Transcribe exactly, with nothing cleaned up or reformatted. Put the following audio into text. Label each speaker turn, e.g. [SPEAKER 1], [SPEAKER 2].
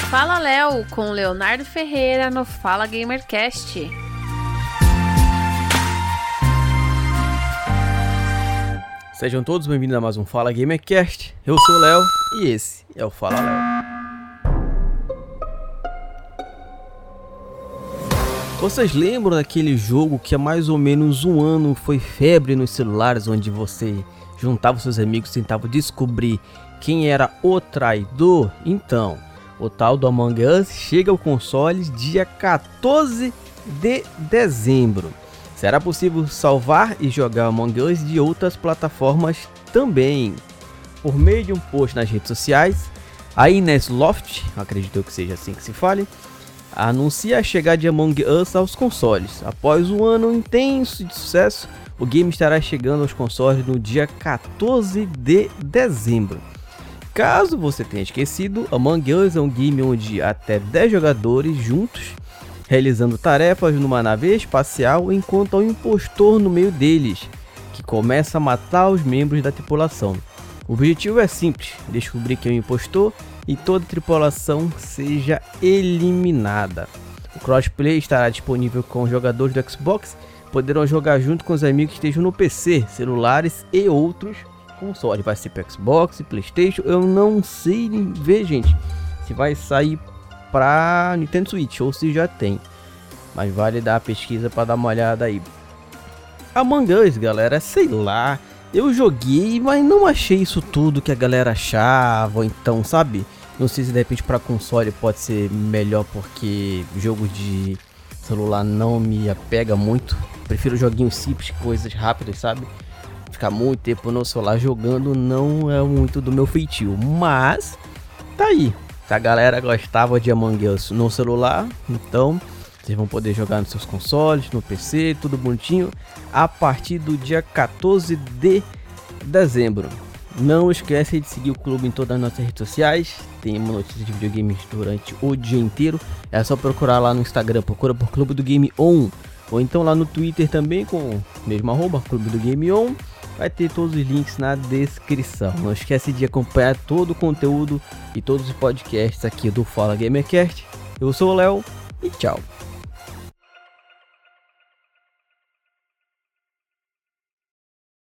[SPEAKER 1] Fala Léo, com Leonardo Ferreira no Fala Gamercast.
[SPEAKER 2] Sejam todos bem-vindos a mais um Fala Gamercast. Eu sou o Léo e esse é o Fala Léo. Vocês lembram daquele jogo que há mais ou menos um ano foi febre nos celulares, onde você juntava seus amigos e tentava descobrir quem era o traidor? Então, o tal do Among Us chega ao consoles dia quatorze de dezembro. Será possível salvar e jogar Among Us de outras plataformas também. Por meio de um post nas redes sociais, a Inés Loft, acredito que seja assim que se fale, anuncia a chegada de Among Us aos consoles. Após um ano intenso de sucesso, o game estará chegando aos consoles no dia quatorze de dezembro. Caso você tenha esquecido, Among Us é um game onde até dez jogadores juntos, realizando tarefas numa nave espacial, enquanto há um impostor no meio deles, que começa a matar os membros da tripulação. O objetivo é simples, descobrir quem é o impostor e toda a tripulação seja eliminada. O crossplay estará disponível com os jogadores do Xbox, poderão jogar junto com os amigos que estejam no P C, celulares e outros consoles. Vai ser para Xbox, PlayStation, eu não sei ver, gente, se vai sair para Nintendo Switch ou se já tem, mas vale dar a pesquisa para dar uma olhada aí. Among Us, galera, sei lá, eu joguei, mas não achei isso tudo que a galera achava, então, sabe? Não sei se de repente para console pode ser melhor, porque jogos de celular não me apega muito. Prefiro joguinhos simples, coisas rápidas, sabe? Ficar muito tempo no celular jogando não é muito do meu feitio, mas tá aí. Se a galera gostava de Among Us no celular, então vocês vão poder jogar nos seus consoles, no P C, tudo bonitinho, a partir do dia quatorze de dezembro. Não esquece de seguir o clube em todas as nossas redes sociais. Tem uma notícia de videogames durante o dia inteiro. É só procurar lá no Instagram, procura por Clube do Game On, ou então lá no Twitter também com o mesmo arroba, Clube do Game On. Vai ter todos os links na descrição. Não esquece de acompanhar todo o conteúdo e todos os podcasts aqui do Fala Gamercast. Eu sou o Léo e tchau.